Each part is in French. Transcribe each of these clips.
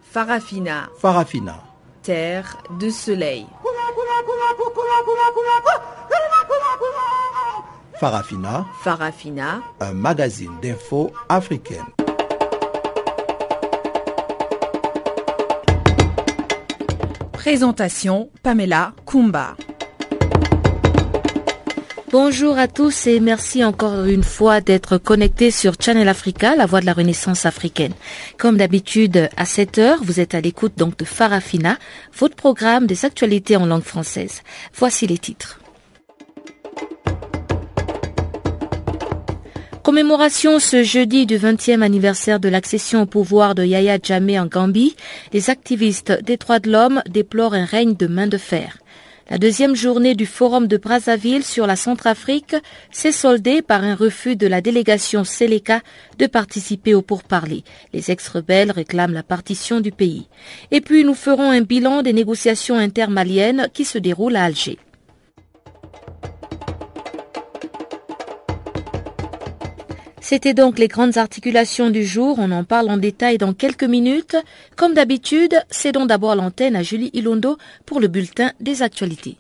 Farafina. Farafina. Terre de soleil. Farafina. Farafina. Un magazine d'infos africaine. Présentation Pamela Kumba. Bonjour à tous et merci encore une fois d'être connectés sur Channel Africa, la voix de la Renaissance africaine. Comme d'habitude, à 7h, vous êtes à l'écoute donc de Farafina, votre programme des actualités en langue française. Voici les titres. Commémoration ce jeudi du 20e anniversaire de l'accession au pouvoir de Yahya Jammeh en Gambie, les activistes des droits de l'homme déplorent un règne de main de fer. La deuxième journée du Forum de Brazzaville sur la Centrafrique s'est soldée par un refus de la délégation Seleka de participer aux pourparlers. Les ex-rebelles réclament la partition du pays. Et puis nous ferons un bilan des négociations intermaliennes qui se déroulent à Alger. C'était donc les grandes articulations du jour. On en parle en détail dans quelques minutes. Comme d'habitude, cédons d'abord l'antenne à Julie Ilondo pour le bulletin des actualités.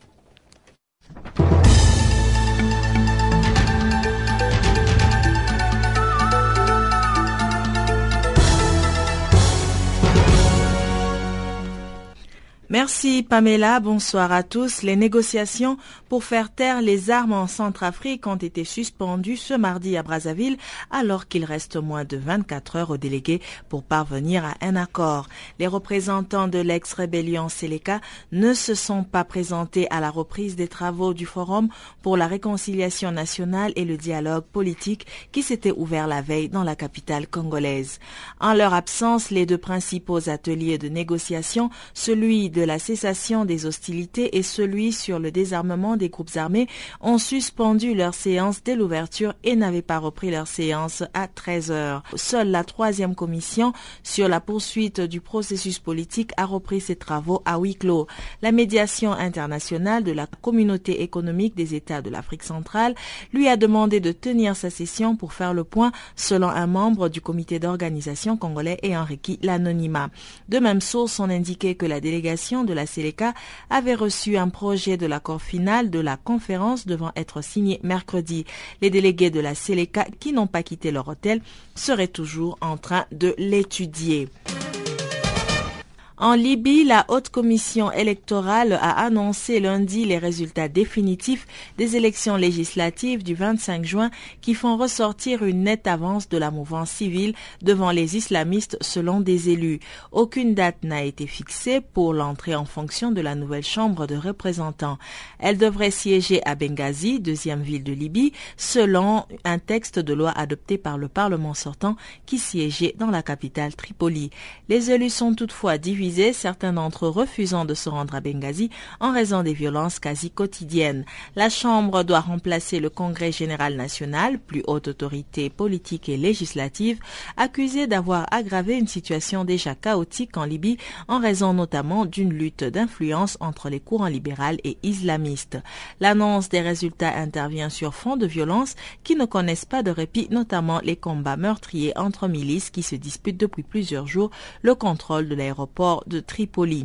Merci Pamela, bonsoir à tous. Les négociations pour faire taire les armes en Centrafrique ont été suspendues ce mardi à Brazzaville alors qu'il reste moins de 24 heures aux délégués pour parvenir à un accord. Les représentants de l'ex-rébellion Seleka ne se sont pas présentés à la reprise des travaux du Forum pour la réconciliation nationale et le dialogue politique qui s'était ouvert la veille dans la capitale congolaise. En leur absence, les deux principaux ateliers de négociation, celui de la cessation des hostilités et celui sur le désarmement des groupes armés ont suspendu leur séance dès l'ouverture et n'avaient pas repris leur séance à 13h. Seule la troisième commission sur la poursuite du processus politique a repris ses travaux à huis clos. La médiation internationale de la communauté économique des États de l'Afrique centrale lui a demandé de tenir sa session pour faire le point selon un membre du comité d'organisation congolais ayant requis l'anonymat. De même sources ont indiqué que la délégation de la Seleka avait reçu un projet de l'accord final de la conférence devant être signé mercredi. Les délégués de la Seleka qui n'ont pas quitté leur hôtel seraient toujours en train de l'étudier. En Libye, la Haute Commission électorale a annoncé lundi les résultats définitifs des élections législatives du 25 juin qui font ressortir une nette avance de la mouvance civile devant les islamistes selon des élus. Aucune date n'a été fixée pour l'entrée en fonction de la nouvelle Chambre de représentants. Elle devrait siéger à Benghazi, deuxième ville de Libye, selon un texte de loi adopté par le Parlement sortant qui siégeait dans la capitale Tripoli. Les élus sont toutefois divisés, certains d'entre eux refusant de se rendre à Benghazi en raison des violences quasi quotidiennes. La Chambre doit remplacer le Congrès général national, plus haute autorité politique et législative, accusée d'avoir aggravé une situation déjà chaotique en Libye en raison notamment d'une lutte d'influence entre les courants libéraux et islamistes. L'annonce des résultats intervient sur fond de violences qui ne connaissent pas de répit, notamment les combats meurtriers entre milices qui se disputent depuis plusieurs jours le contrôle de l'aéroport de Tripoli.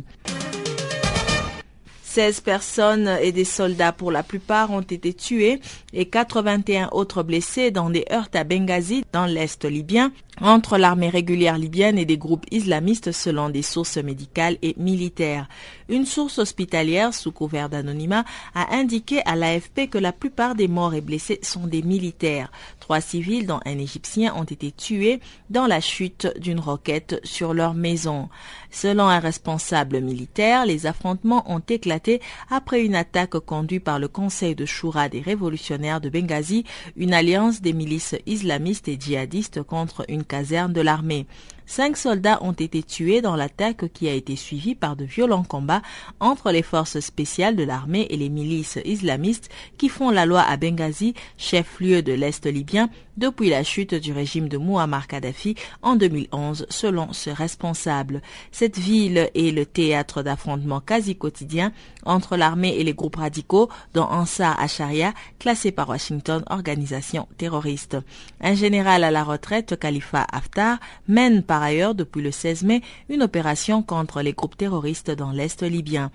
16 personnes et des soldats pour la plupart ont été tués et 81 autres blessés dans des heurts à Benghazi, dans l'est libyen, entre l'armée régulière libyenne et des groupes islamistes selon des sources médicales et militaires. Une source hospitalière sous couvert d'anonymat a indiqué à l'AFP que la plupart des morts et blessés sont des militaires. 3 civils, dont un Égyptien, ont été tués dans la chute d'une roquette sur leur maison. Selon un responsable militaire, les affrontements ont éclaté après une attaque conduite par le Conseil de Choura des révolutionnaires de Benghazi, une alliance des milices islamistes et djihadistes contre une caserne de l'armée. 5 soldats ont été tués dans l'attaque qui a été suivie par de violents combats entre les forces spéciales de l'armée et les milices islamistes qui font la loi à Benghazi, chef-lieu de l'Est libyen, depuis la chute du régime de Mouammar Kadhafi en 2011, selon ce responsable. Cette ville est le théâtre d'affrontements quasi quotidiens entre l'armée et les groupes radicaux, dont Ansar al-Sharia, classé par Washington organisation terroriste. Un général à la retraite, Khalifa Haftar, mène par ailleurs depuis le 16 mai une opération contre les groupes terroristes dans l'Est libyen.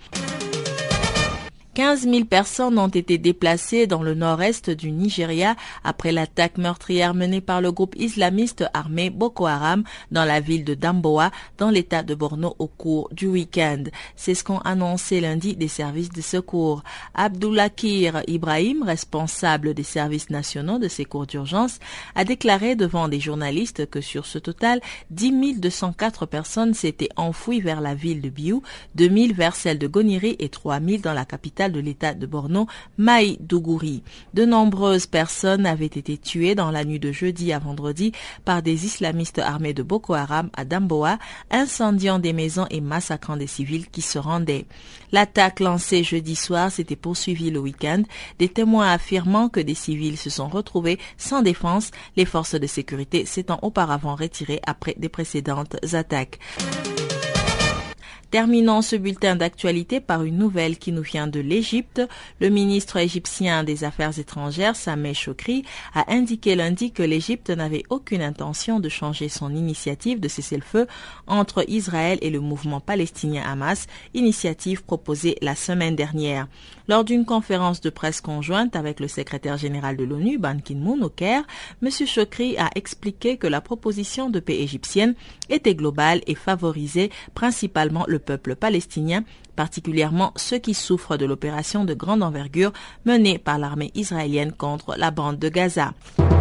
15 000 personnes ont été déplacées dans le nord-est du Nigeria après l'attaque meurtrière menée par le groupe islamiste armé Boko Haram dans la ville de Damboa, dans l'état de Borno au cours du week-end. C'est ce qu'ont annoncé lundi des services de secours. Abdoulakir Ibrahim, responsable des services nationaux de secours d'urgence, a déclaré devant des journalistes que sur ce total, 10 204 personnes s'étaient enfouies vers la ville de Biou, 2 000 vers celle de Goniri et 3 000 dans la capitale de l'état de Borno, Maïdougouri. De nombreuses personnes avaient été tuées dans la nuit de jeudi à vendredi par des islamistes armés de Boko Haram à Damboa, incendiant des maisons et massacrant des civils qui se rendaient. L'attaque lancée jeudi soir s'était poursuivie le week-end, des témoins affirmant que des civils se sont retrouvés sans défense, les forces de sécurité s'étant auparavant retirées après des précédentes attaques. Terminons ce bulletin d'actualité par une nouvelle qui nous vient de l'Égypte. Le ministre égyptien des Affaires étrangères, Sameh Chokri, a indiqué lundi que l'Égypte n'avait aucune intention de changer son initiative de cessez-le-feu entre Israël et le mouvement palestinien Hamas, initiative proposée la semaine dernière. Lors d'une conférence de presse conjointe avec le secrétaire général de l'ONU, Ban Ki-moon, au Caire, M. Chokri a expliqué que la proposition de paix égyptienne était globale et favorisait principalement le peuple palestinien, particulièrement ceux qui souffrent de l'opération de grande envergure menée par l'armée israélienne contre la bande de Gaza.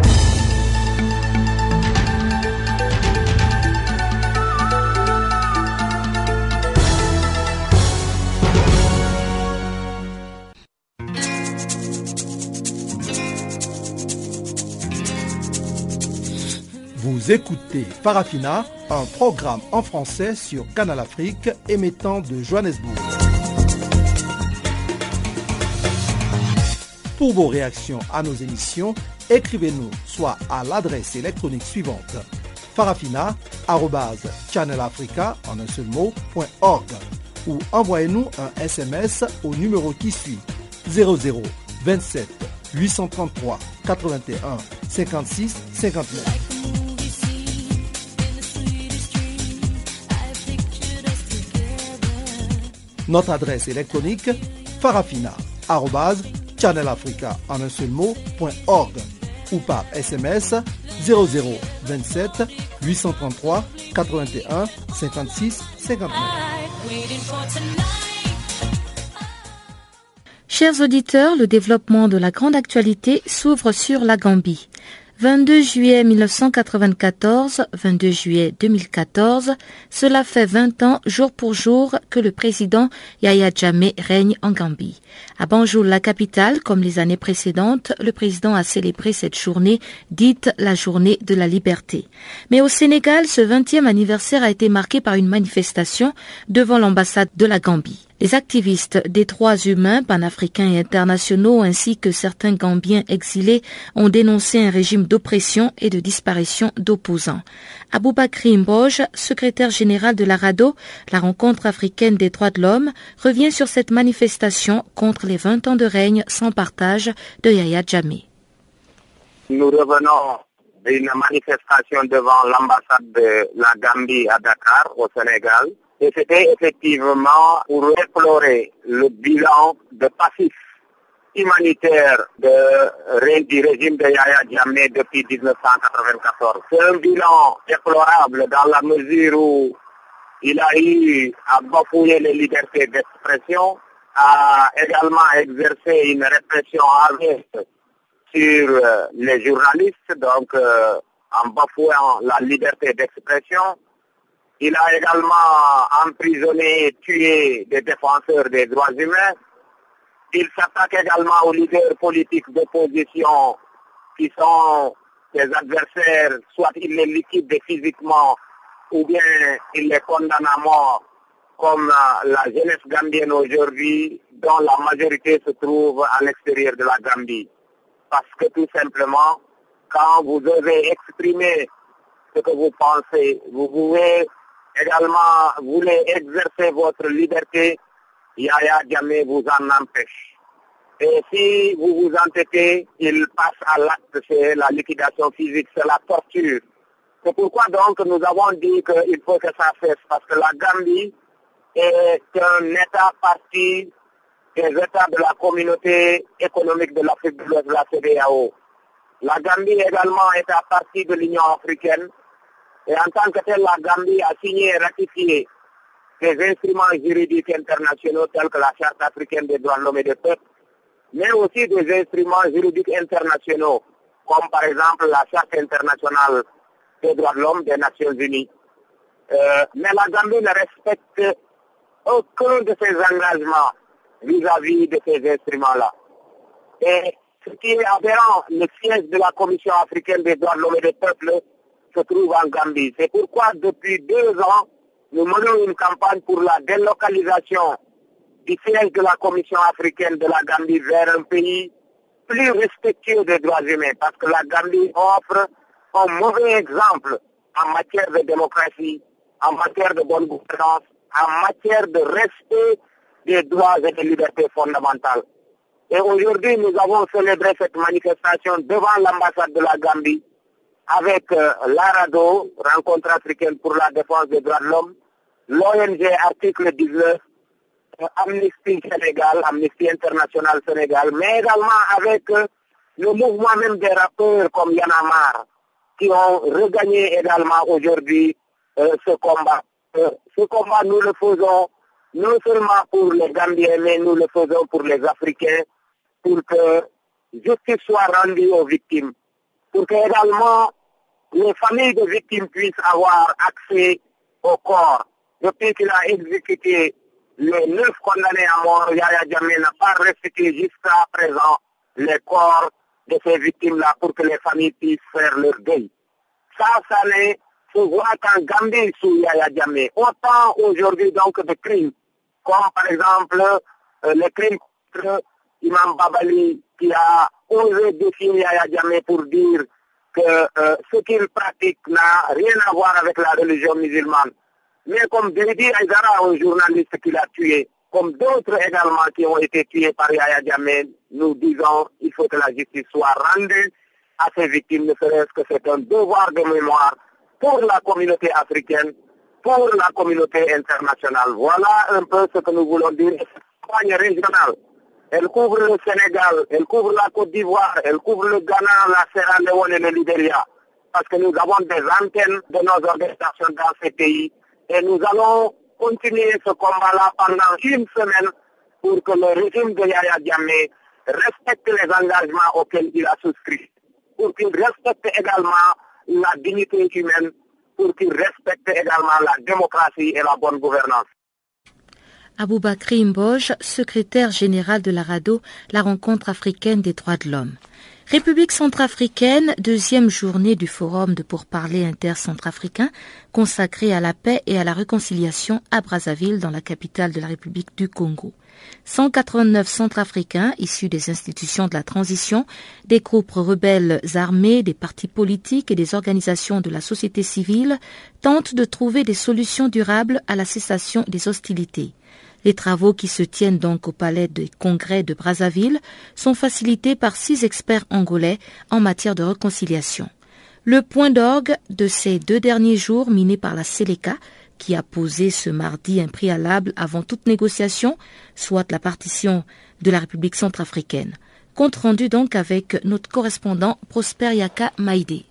Vous écoutez Farafina, un programme en français sur Canal Afrique émettant de Johannesburg. Pour vos réactions à nos émissions, écrivez-nous soit à l'adresse électronique suivante farafina@channelafrica .org ou envoyez-nous un SMS au numéro qui suit 00 27 833 81 56 59. Notre adresse électronique farafina@channelafrica .org ou par SMS 0027 833 81 56 59. Chers auditeurs, le développement de la grande actualité s'ouvre sur la Gambie. 22 juillet 1994, 22 juillet 2014, cela fait 20 ans jour pour jour que le président Yahya Jammeh règne en Gambie. À Banjul, la capitale, comme les années précédentes, le président a célébré cette journée dite la journée de la liberté. Mais au Sénégal, ce 20e anniversaire a été marqué par une manifestation devant l'ambassade de la Gambie. Les activistes des droits humains panafricains et internationaux ainsi que certains Gambiens exilés ont dénoncé un régime d'oppression et de disparition d'opposants. Aboubakry Mbodj, secrétaire général de la RADDHO, la rencontre africaine des droits de l'homme, revient sur cette manifestation contre les 20 ans de règne sans partage de Yahya Jammeh. Nous revenons d'une manifestation devant l'ambassade de la Gambie à Dakar, au Sénégal. Et c'était effectivement pour déplorer le bilan de passif humanitaire du régime de Yahya Jammeh depuis 1994. C'est un bilan déplorable dans la mesure où il a eu à bafouer les libertés d'expression, a également exercé une répression aveugle sur les journalistes, donc en bafouant la liberté d'expression. Il a également emprisonné et tué des défenseurs des droits humains. Il s'attaque également aux leaders politiques d'opposition qui sont ses adversaires, soit il les liquide physiquement ou bien il les condamne à mort, comme la jeunesse gambienne aujourd'hui, dont la majorité se trouve à l'extérieur de la Gambie. Parce que tout simplement, quand vous devez exprimer ce que vous pensez, vous pouvez également voulez exercer votre liberté, Yaya Jammeh vous en empêche. Et si vous vous entêtez, il passe à l'acte, c'est la liquidation physique, c'est la torture. C'est pourquoi donc nous avons dit qu'il faut que ça cesse, parce que la Gambie est un État parti des États de la communauté économique de l'Afrique de l'Ouest, la CEDEAO. La Gambie également est à partie de l'Union africaine. Et en tant que tel, la Gambie a signé et ratifié des instruments juridiques internationaux tels que la Charte africaine des droits de l'homme et des peuples, mais aussi des instruments juridiques internationaux, comme par exemple la Charte internationale des droits de l'homme des Nations Unies. Mais la Gambie ne respecte aucun de ses engagements vis-à-vis de ces instruments-là. Et ce qui est aberrant, le siège de la Commission africaine des droits de l'homme et des peuples se trouve en Gambie. C'est pourquoi depuis 2 ans, nous menons une campagne pour la délocalisation du siège de la Commission africaine de la Gambie vers un pays plus respectueux des droits humains, parce que la Gambie offre un mauvais exemple en matière de démocratie, en matière de bonne gouvernance, en matière de respect des droits et des libertés fondamentales. Et aujourd'hui, nous avons célébré cette manifestation devant l'ambassade de la Gambie avec l'ARADO, Rencontre africaine pour la défense des droits de l'homme, l'ONG Article 19, Amnesty Sénégal, Amnesty International Sénégal, mais également avec le mouvement même des rappeurs comme Y'en a marre, qui ont regagné également aujourd'hui ce combat. Ce combat, nous le faisons non seulement pour les Gambiens, mais nous le faisons pour les Africains, pour que justice soit rendue aux victimes, pour que également les familles de victimes puissent avoir accès au corps. Depuis qu'il a exécuté les 9 condamnés à mort, Yaya Jammeh n'a pas restitué jusqu'à présent les corps de ces victimes-là pour que les familles puissent faire leur deuil. Ça ne se voit qu'en Gambie sous Yaya Jammeh. Autant aujourd'hui donc de crimes, comme par exemple les crimes contre Imam Babali qui a osé défier Yaya Jammeh pour dire que ce qu'il pratique n'a rien à voir avec la religion musulmane. Mais comme Dédi Aïdara, un journaliste qui l'a tué, comme d'autres également qui ont été tués par Yaya Jammeh, nous disons qu'il faut que la justice soit rendue à ces victimes, ne serait-ce que c'est un devoir de mémoire pour la communauté africaine, pour la communauté internationale. Voilà un peu ce que nous voulons dire. Cette campagne régionale, elle couvre le Sénégal, elle couvre la Côte d'Ivoire, elle couvre le Ghana, la Sierra Leone et le Libéria, parce que nous avons des antennes de nos organisations dans ces pays. Et nous allons continuer ce combat-là pendant 1 semaine pour que le régime de Yaya Jammeh respecte les engagements auxquels il a souscrit, pour qu'il respecte également la dignité humaine, pour qu'il respecte également la démocratie et la bonne gouvernance. Aboubakry Mbodj, secrétaire général de l'ARADO, la rencontre africaine des droits de l'homme. République centrafricaine, 2e journée du forum de pourparlers intercentrafricains consacré à la paix et à la réconciliation à Brazzaville, dans la capitale de la République du Congo. 189 centrafricains issus des institutions de la transition, des groupes rebelles armés, des partis politiques et des organisations de la société civile tentent de trouver des solutions durables à la cessation des hostilités. Les travaux qui se tiennent donc au palais des congrès de Brazzaville sont facilités par 6 experts angolais en matière de réconciliation. Le point d'orgue de ces 2 derniers jours miné par la Séléka, qui a posé ce mardi un préalable avant toute négociation, soit la partition de la République centrafricaine. Compte rendu donc avec notre correspondant Prosper Yaka Maïdé.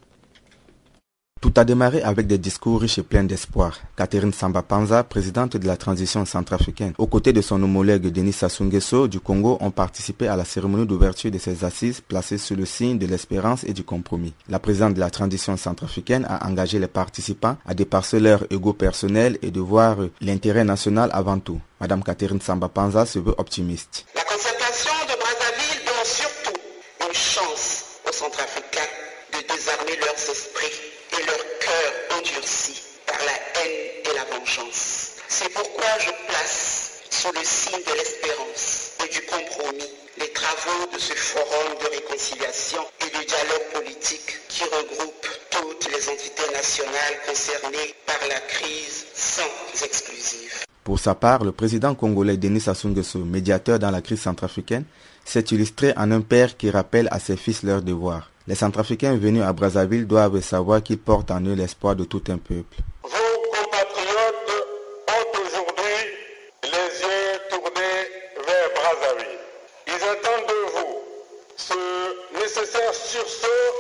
Tout a démarré avec des discours riches et pleins d'espoir. Catherine Samba Panza, présidente de la transition centrafricaine, aux côtés de son homologue Denis Sassou Nguesso du Congo, ont participé à la cérémonie d'ouverture de ces assises placées sous le signe de l'espérance et du compromis. La présidente de la transition centrafricaine a engagé les participants à dépasser leur ego personnel et de voir l'intérêt national avant tout. Madame Catherine Samba Panza se veut optimiste. La concertation de Brazzaville donne surtout une chance aux Centrafricains de désarmer leurs esprits et leur cœur endurci par la haine et la vengeance. C'est pourquoi je place sous le signe de l'espérance et et du compromis les travaux de ce forum de réconciliation et de dialogue politique qui regroupe toutes les entités nationales concernées par la crise sans exclusive. Pour sa part, le président congolais Denis Sassou Nguesso, médiateur dans la crise centrafricaine, s'est illustré en un père qui rappelle à ses fils leurs devoirs. Les Centrafricains venus à Brazzaville doivent savoir qu'ils portent en eux l'espoir de tout un peuple. Vos compatriotes ont aujourd'hui les yeux tournés vers Brazzaville. Ils attendent de vous ce nécessaire sursaut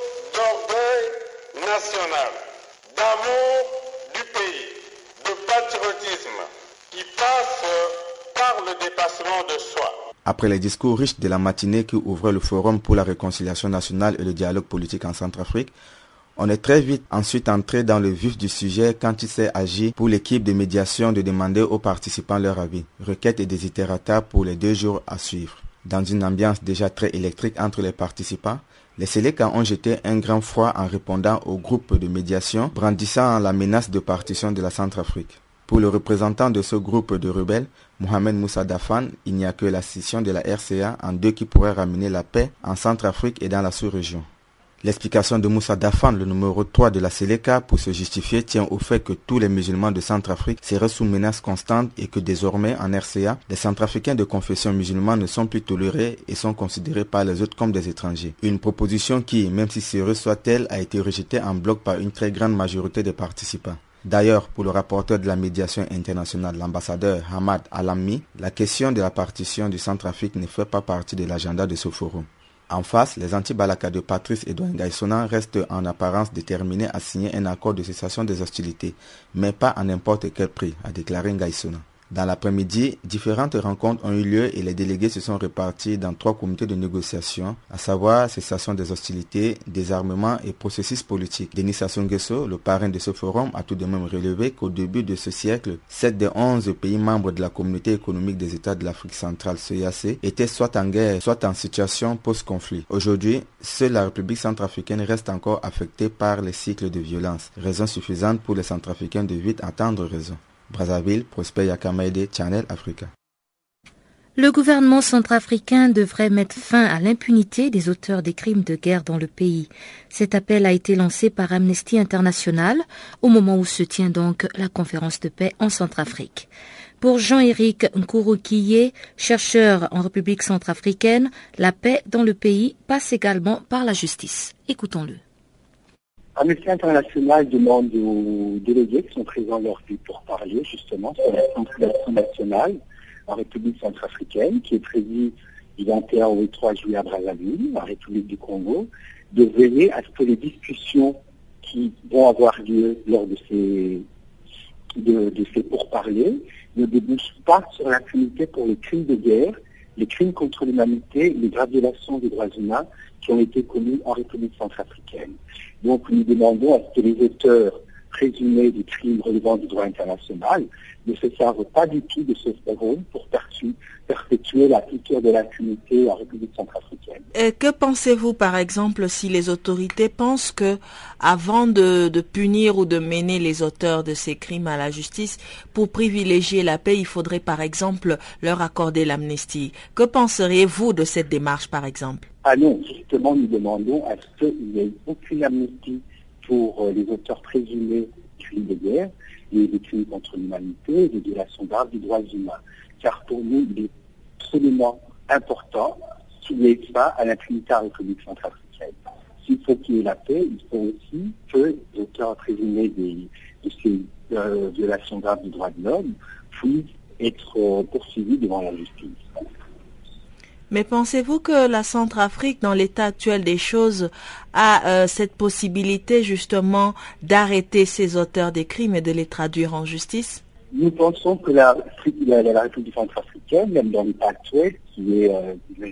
d'orgueil national, d'amour du pays, de patriotisme qui passe par le dépassement de soi. Après les discours riches de la matinée qui ouvraient le Forum pour la réconciliation nationale et le dialogue politique en Centrafrique, on est très vite ensuite entré dans le vif du sujet quand il s'est agi pour l'équipe de médiation de demander aux participants leur avis, requêtes et desiderata pour les 2 jours à suivre. Dans une ambiance déjà très électrique entre les participants, les Séléka ont jeté un grand froid en répondant au groupe de médiation brandissant la menace de partition de la Centrafrique. Pour le représentant de ce groupe de rebelles, Mohamed Moussa Dafan, il n'y a que la scission de la RCA en deux qui pourrait ramener la paix en Centrafrique et dans la sous-région. L'explication de Moussa Dafan, le numéro 3 de la Séléka, pour se justifier tient au fait que tous les musulmans de Centrafrique seraient sous menace constante et que désormais en RCA, les Centrafricains de confession musulmane ne sont plus tolérés et sont considérés par les autres comme des étrangers. Une proposition qui, même si sérieuse soit-elle, a été rejetée en bloc par une très grande majorité des participants. D'ailleurs, pour le rapporteur de la médiation internationale, l'ambassadeur Hamad Alammi, la question de la partition du Centrafrique ne fait pas partie de l'agenda de ce forum. En face, les anti-Balaka de Patrice Edouard Ngaïssona restent en apparence déterminés à signer un accord de cessation des hostilités, mais pas à n'importe quel prix, a déclaré Ngaïssona. Dans l'après-midi, différentes rencontres ont eu lieu et les délégués se sont répartis dans 3 comités de négociation, à savoir cessation des hostilités, désarmement et processus politique. Denis Sassou Nguesso, le parrain de ce forum, a tout de même relevé qu'au début de ce siècle, 7 des 11 pays membres de la Communauté économique des États de l'Afrique centrale, CEEAC, étaient soit en guerre, soit en situation post-conflit. Aujourd'hui, seule la République centrafricaine reste encore affectée par les cycles de violence, raison suffisante pour les Centrafricains de vite attendre raison. Brazzaville, Prosper Yakamaide, Channel Africa. Le gouvernement centrafricain devrait mettre fin à l'impunité des auteurs des crimes de guerre dans le pays. Cet appel a été lancé par Amnesty International au moment où se tient donc la conférence de paix en Centrafrique. Pour Jean-Éric Nkouroukiye, chercheur en République centrafricaine, la paix dans le pays passe également par la justice. Écoutons-le. Amnesty International demande aux délégués qui sont présents lors du pourparlers justement sur la conciliation nationale en République centrafricaine, qui est prévue du 21 au 3 juillet à Brazzaville, en République du Congo, de veiller à ce que les discussions qui vont avoir lieu lors de ces pourparlers ne débouchent pas sur l'impunité pour les crimes de guerre, les crimes contre l'humanité, les graves violations des droits humains qui ont été commis en République centrafricaine. Donc nous demandons à ce que les auteurs présumés des crimes relevant du droit international ne se servent pas du tout de ce forum pour perpétuer la culture de l'impunité en République centrafricaine. Et que pensez-vous, par exemple, si les autorités pensent que, avant de punir ou de mener les auteurs de ces crimes à la justice, pour privilégier la paix, il faudrait, par exemple, leur accorder l'amnistie? Que penseriez-vous de cette démarche, par exemple? Ah non, justement, nous demandons à ce qu'il n'y ait aucune amnistie pour les auteurs présumés de crimes de guerre et des crimes contre l'humanité et des violations graves des droits humains. Car pour nous, il est absolument important qu'il n'y ait pas à l'impunité en République centrafricaine. S'il faut qu'il y ait la paix, il faut aussi que les auteurs présumés de ces violations graves des droits de l'homme puissent être poursuivis devant la justice. Mais pensez-vous que la Centrafrique, dans l'état actuel des choses, a cette possibilité justement d'arrêter ces auteurs des crimes et de les traduire en justice? Nous pensons que la République centrafricaine, même dans l'état actuel, qui est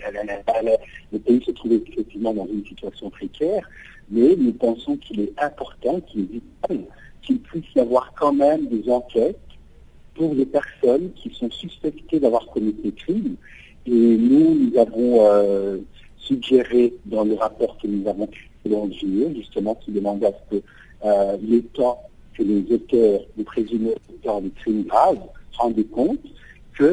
le pays se trouve effectivement dans une situation précaire, mais nous pensons qu'il est important, qu'il est vital, qu'il puisse y avoir quand même des enquêtes pour les personnes qui sont suspectées d'avoir commis des crimes. Et nous avons suggéré dans le rapport que nous avons créé en juillet, justement, qui demandait à ce que l'État, que les auteurs, les présumés auteurs des crimes graves, rendent compte que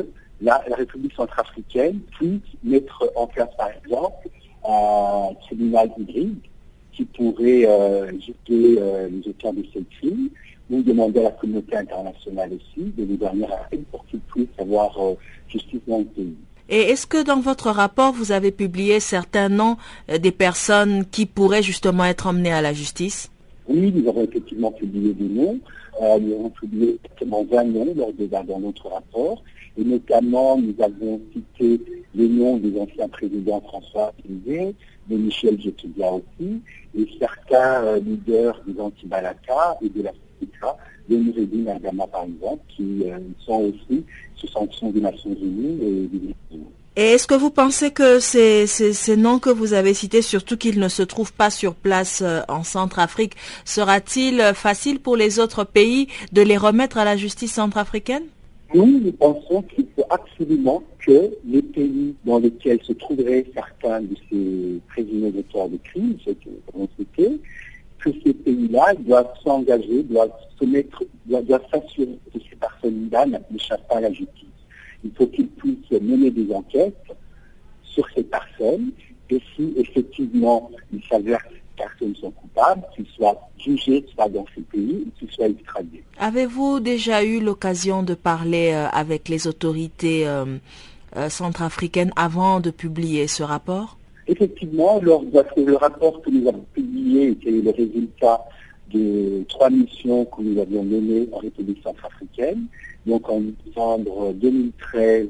la République centrafricaine puisse mettre en place, par exemple, un tribunal hybride qui pourrait juger les auteurs de ces crimes, ou demander à la communauté internationale aussi de les dernières arrêts pour qu'ils puissent avoir justice dans le pays. Et est-ce que dans votre rapport, vous avez publié certains noms des personnes qui pourraient justement être emmenées à la justice? Oui, nous avons effectivement publié des noms. Nous avons publié exactement 20 noms dans notre rapport. Et notamment, nous avons cité les noms des anciens présidents François Pillet, de Michel Djekédia aussi, et certains leaders des anti-Balaka et de la CICA, de Noureddin Agama par exemple, qui sont aussi sous sanction des Nations Unies et des États Unis. Et est-ce que vous pensez que ces noms que vous avez cités, surtout qu'ils ne se trouvent pas sur place en Centrafrique, sera-t-il facile pour les autres pays de les remettre à la justice centrafricaine? Nous pensons qu'il faut absolument que les pays dans lesquels se trouveraient certains de ces présumés auteurs de crimes, ceux qui ont cité, que ces pays-là doivent s'engager, doivent s'assurer que ces personnes-là n'échappent pas à la justice. Il faut qu'ils puissent mener des enquêtes sur ces personnes et si effectivement il s'avère que ces personnes sont coupables, qu'ils soient jugés soit dans ces pays ou qu'ils soient extradés. Avez-vous déjà eu l'occasion de parler avec les autorités centrafricaines avant de publier ce rapport? Effectivement, le rapport que nous avons publié était le résultat de 3 missions que nous avions menées en République centrafricaine, donc en décembre 2013,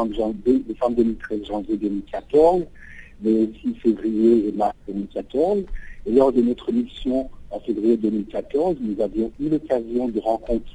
janvier 2014, mais aussi février et mars 2014. Et lors de notre mission en février 2014, nous avions eu l'occasion de rencontrer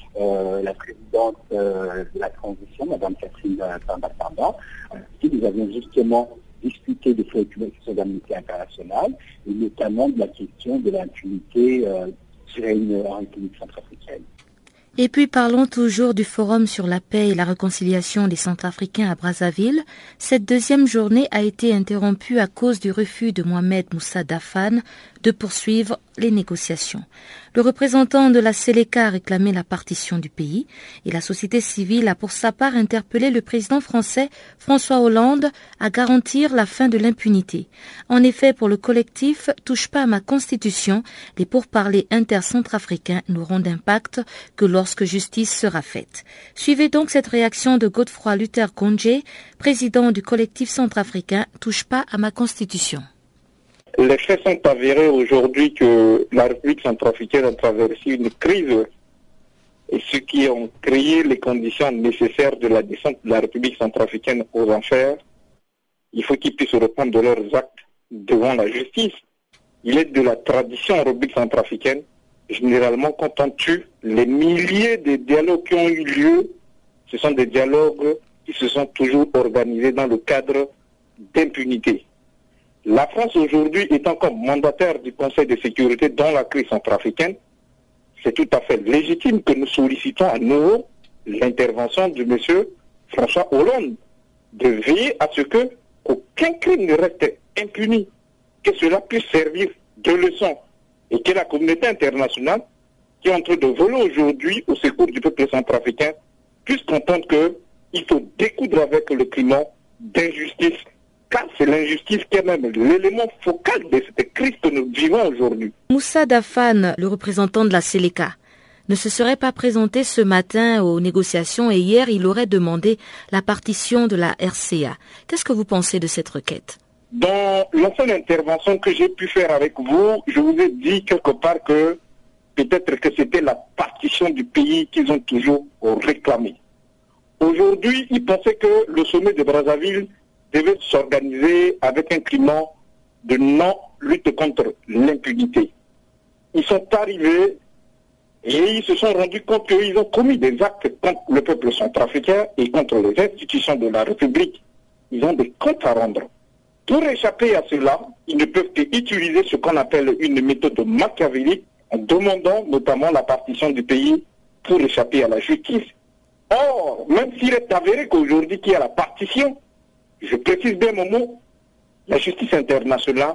la présidente de la transition, Mme Catherine Samba, qui nous avions justement discuté des préoccupations d'amnistie internationale et notamment de la question de l'impunité qui règne en République centrafricaine. Et puis parlons toujours du Forum sur la paix et la réconciliation des Centrafricains à Brazzaville. Cette deuxième journée a été interrompue à cause du refus de Mohamed Moussa Dafane de poursuivre les négociations. Le représentant de la Séléka a réclamé la partition du pays et la société civile a pour sa part interpellé le président français François Hollande à garantir la fin de l'impunité. En effet, pour le collectif « Touche pas à ma constitution », les pourparlers intercentrafricains n'auront d'impact que lorsque justice sera faite. Suivez donc cette réaction de Godefroy Luther Kondje, président du collectif centrafricain « Touche pas à ma constitution ». Les faits sont avérés aujourd'hui que la République centrafricaine a traversé une crise et ceux qui ont créé les conditions nécessaires de la descente de la République centrafricaine aux enfers, il faut qu'ils puissent répondre de leurs actes devant la justice. Il est de la tradition en République centrafricaine, généralement quand on tue les milliers de dialogues qui ont eu lieu, ce sont des dialogues qui se sont toujours organisés dans le cadre d'impunité. La France aujourd'hui étant comme mandataire du Conseil de sécurité dans la crise centrafricaine, c'est tout à fait légitime que nous sollicitons à nouveau l'intervention de M. François Hollande, de veiller à ce que aucun crime ne reste impuni, que cela puisse servir de leçon et que la communauté internationale qui est en train de voler aujourd'hui au secours du peuple centrafricain puisse comprendre qu'il faut découdre avec le climat d'injustice, car c'est l'injustice qui est même l'élément focal de cette crise que nous vivons aujourd'hui. Moussa Dafane, le représentant de la Séléka, ne se serait pas présenté ce matin aux négociations et hier il aurait demandé la partition de la RCA. Qu'est-ce que vous pensez de cette requête? Dans l'ancienne intervention que j'ai pu faire avec vous, je vous ai dit quelque part que peut-être que c'était la partition du pays qu'ils ont toujours réclamé. Aujourd'hui, ils pensaient que le sommet de Brazzaville devait s'organiser avec un climat de non-lutte contre l'impunité. Ils sont arrivés et ils se sont rendus compte qu'ils ont commis des actes contre le peuple centrafricain et contre les institutions de la République. Ils ont des comptes à rendre. Pour échapper à cela, ils ne peuvent qu'utiliser ce qu'on appelle une méthode machiavélique en demandant notamment la partition du pays pour échapper à la justice. Or, même s'il est avéré qu'aujourd'hui qu'il y a la partition, je précise bien mon mot, la justice internationale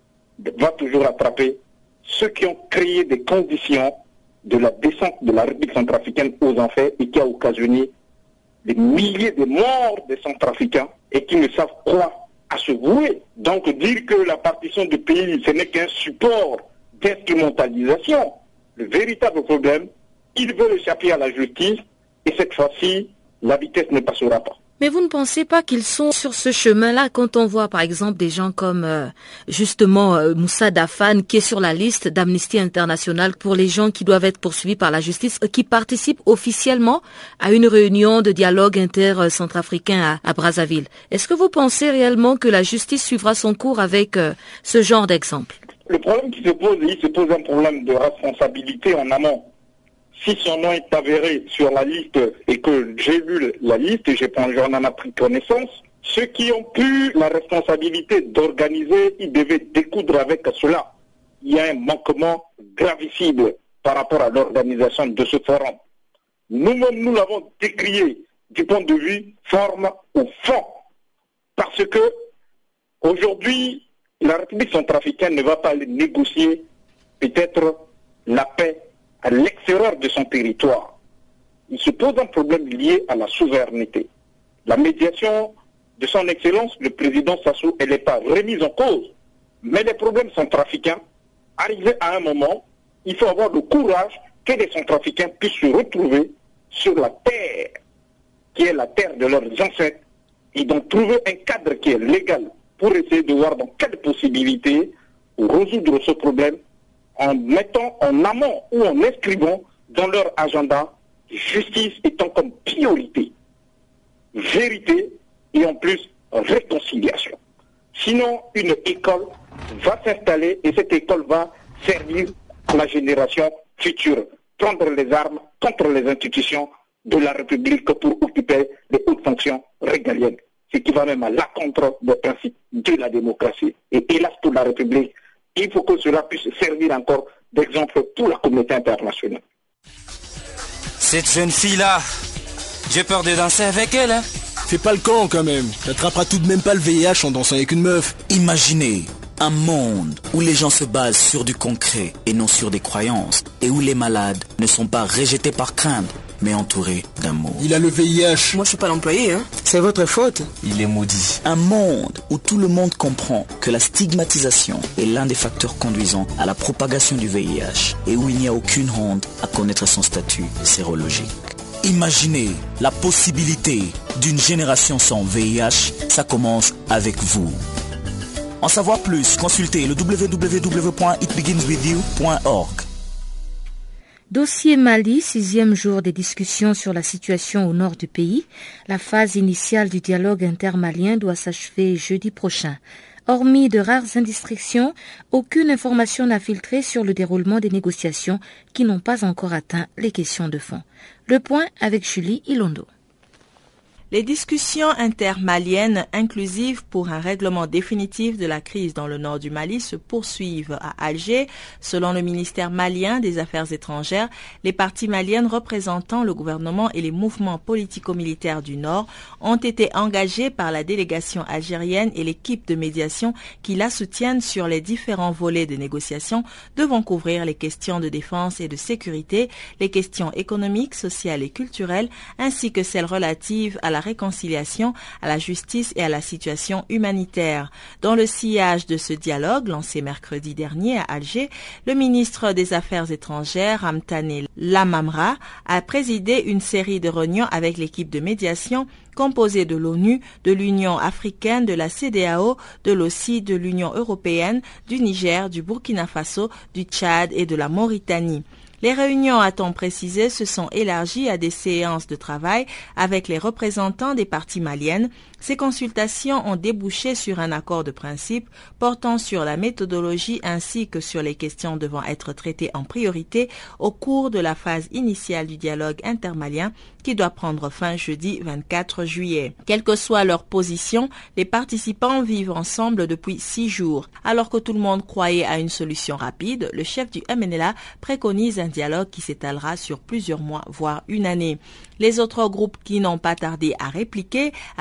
va toujours attraper ceux qui ont créé des conditions de la descente de la République centrafricaine aux enfers et qui a occasionné des milliers de morts des Centrafricains et qui ne savent quoi à se vouer. Donc dire que la partition du pays, ce n'est qu'un support d'instrumentalisation. Le véritable problème, ils veulent échapper à la justice et cette fois-ci, la vitesse ne passera pas. Mais vous ne pensez pas qu'ils sont sur ce chemin-là quand on voit par exemple des gens comme Moussa Dafan qui est sur la liste d'Amnesty International pour les gens qui doivent être poursuivis par la justice, qui participent officiellement à une réunion de dialogue inter-centrafricain à Brazzaville. Est-ce que vous pensez réellement que la justice suivra son cours avec ce genre d'exemple? Le problème qui se pose, il se pose un problème de responsabilité en amont. Si son nom est avéré sur la liste et que j'ai vu la liste et j'en ai pris connaissance, ceux qui ont pu la responsabilité d'organiser, ils devaient découdre avec cela. Il y a un manquement gravissime par rapport à l'organisation de ce forum. Nous-mêmes, nous l'avons décrié du point de vue forme ou fond. Parce que aujourd'hui, la République centrafricaine ne va pas aller négocier peut-être la paix à l'extérieur de son territoire. Il se pose un problème lié à la souveraineté. La médiation de son Excellence, le président Sassou, elle n'est pas remise en cause. Mais les problèmes centrafricains, arrivés à un moment, il faut avoir le courage que les centrafricains puissent se retrouver sur la terre, qui est la terre de leurs ancêtres, et donc trouver un cadre qui est légal pour essayer de voir dans quelle possibilité résoudre ce problème en mettant en amont ou en inscrivant dans leur agenda justice étant comme priorité, vérité et en plus réconciliation. Sinon, une école va s'installer et cette école va servir à la génération future, prendre les armes contre les institutions de la République pour occuper les hautes fonctions régaliennes, ce qui va même à l'encontre des principes de la démocratie. Et hélas pour la République, il faut que cela puisse servir encore d'exemple pour la communauté internationale. Cette jeune fille-là, j'ai peur de danser avec elle. Hein. Fais pas le camp quand même. T'attraperas tout de même pas le VIH en dansant avec une meuf. Imaginez un monde où les gens se basent sur du concret et non sur des croyances, et où les malades ne sont pas rejetés par crainte, mais entourés d'amour. Il a le VIH. Moi je suis pas l'employé, hein. C'est votre faute. Il est maudit. Un monde où tout le monde comprend que la stigmatisation est l'un des facteurs conduisant à la propagation du VIH, et où il n'y a aucune honte à connaître son statut sérologique. Imaginez la possibilité d'une génération sans VIH, ça commence avec vous. En savoir plus, consultez le www.itbeginswithyou.org. Dossier Mali, 6e jour des discussions sur la situation au nord du pays. La phase initiale du dialogue intermalien doit s'achever jeudi prochain. Hormis de rares indistinctions, aucune information n'a filtré sur le déroulement des négociations qui n'ont pas encore atteint les questions de fond. Le point avec Julie Ilondo. Les discussions intermaliennes inclusives pour un règlement définitif de la crise dans le nord du Mali se poursuivent à Alger. Selon le ministère malien des Affaires étrangères, les parties maliennes représentant le gouvernement et les mouvements politico-militaires du Nord ont été engagés par la délégation algérienne et l'équipe de médiation qui la soutiennent sur les différents volets de négociations devant couvrir les questions de défense et de sécurité, les questions économiques, sociales et culturelles, ainsi que celles relatives à la réconciliation, à la justice et à la situation humanitaire. Dans le sillage de ce dialogue lancé mercredi dernier à Alger, le ministre des Affaires étrangères, Ramtane Lamamra, a présidé une série de réunions avec l'équipe de médiation composée de l'ONU, de l'Union africaine, de la CEDEAO, de l'OCI, de l'Union européenne, du Niger, du Burkina Faso, du Tchad et de la Mauritanie. Les réunions, a-t-on précisé, se sont élargies à des séances de travail avec les représentants des parties maliennes. Ces consultations ont débouché sur un accord de principe portant sur la méthodologie ainsi que sur les questions devant être traitées en priorité au cours de la phase initiale du dialogue intermalien qui doit prendre fin jeudi 24 juillet. Quelle que soit leur position, les participants vivent ensemble depuis 6 jours. Alors que tout le monde croyait à une solution rapide, le chef du MNLA préconise un dialogue qui s'étalera sur plusieurs mois, voire une année. Les autres groupes qui n'ont pas tardé à répliquer avec véhémence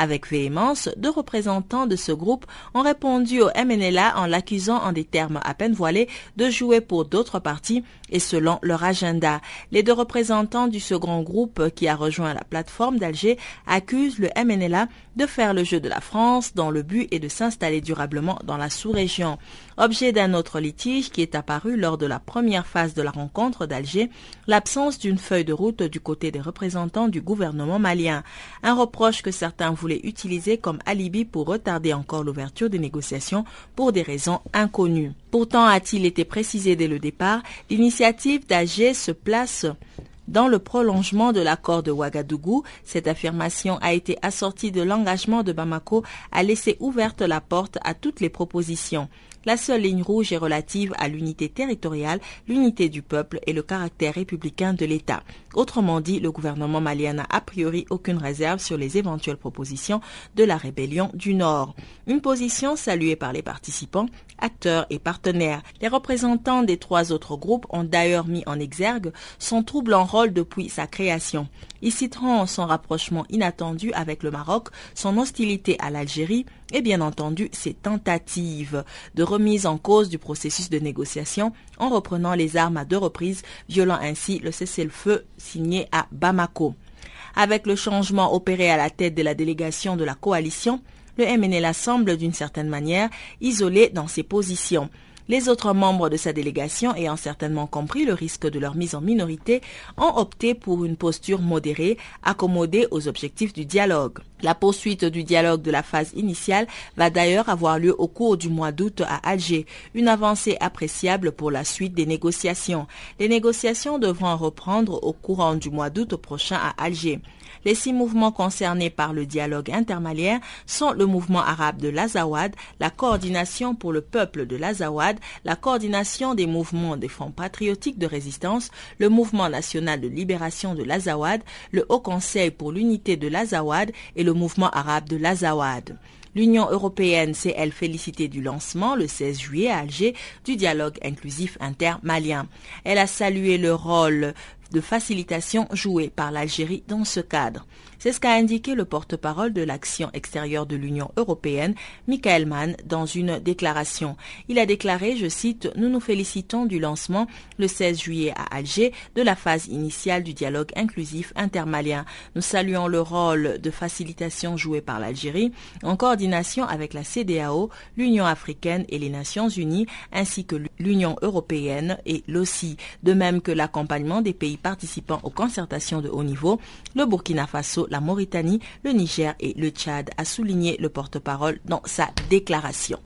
Clémence, 2 représentants de ce groupe ont répondu au MNLA en l'accusant en des termes à peine voilés de jouer pour d'autres partis et selon leur agenda. Les 2 représentants du second groupe qui a rejoint la plateforme d'Alger accusent le MNLA de faire le jeu de la France dont le but est de s'installer durablement dans la sous-région. Objet d'un autre litige qui est apparu lors de la première phase de la rencontre d'Alger, l'absence d'une feuille de route du côté des représentants du gouvernement malien. Un reproche que certains voulaient utiliser comme alibi pour retarder encore l'ouverture des négociations pour des raisons inconnues. Pourtant, a-t-il été précisé dès le départ, l'initiative d'Alger se place dans le prolongement de l'accord de Ouagadougou. Cette affirmation a été assortie de l'engagement de Bamako à laisser ouverte la porte à toutes les propositions. La seule ligne rouge est relative à l'unité territoriale, l'unité du peuple et le caractère républicain de l'État. Autrement dit, le gouvernement malien n'a a priori aucune réserve sur les éventuelles propositions de la rébellion du Nord. Une position saluée par les participants, acteurs et partenaires. Les représentants des 3 autres groupes ont d'ailleurs mis en exergue son troublant rôle depuis sa création. Ils citeront son rapprochement inattendu avec le Maroc, son hostilité à l'Algérie et bien entendu ses tentatives de remise en cause du processus de négociation en reprenant les armes à 2 reprises, violant ainsi le cessez-le-feu signé à Bamako. Avec le changement opéré à la tête de la délégation de la coalition, le MNLA semble d'une certaine manière isolé dans ses positions. Les autres membres de sa délégation, ayant certainement compris le risque de leur mise en minorité, ont opté pour une posture modérée, accommodée aux objectifs du dialogue. La poursuite du dialogue de la phase initiale va d'ailleurs avoir lieu au cours du mois d'août à Alger, une avancée appréciable pour la suite des négociations. Les négociations devront reprendre au courant du mois d'août prochain à Alger. Les 6 mouvements concernés par le dialogue intermalien sont le mouvement arabe de l'Azawad, la coordination pour le peuple de l'Azawad, la coordination des mouvements des Fronts patriotiques de résistance, le mouvement national de libération de l'Azawad, le Haut Conseil pour l'unité de l'Azawad et le mouvement arabe de l'Azawad. L'Union européenne s'est, elle, félicitée du lancement, le 16 juillet à Alger, du dialogue inclusif intermalien. Elle a salué le rôle de facilitation jouée par l'Algérie dans ce cadre. C'est ce qu'a indiqué le porte-parole de l'action extérieure de l'Union européenne, Michael Mann, dans une déclaration. Il a déclaré, je cite, « Nous nous félicitons du lancement, le 16 juillet à Alger, de la phase initiale du dialogue inclusif intermalien. Nous saluons le rôle de facilitation joué par l'Algérie, en coordination avec la CEDEAO, l'Union africaine et les Nations unies, ainsi que l'Union européenne et l'OCI, de même que l'accompagnement des pays participants aux concertations de haut niveau, le Burkina Faso, la Mauritanie, le Niger et le Tchad, a souligné le porte-parole dans sa déclaration.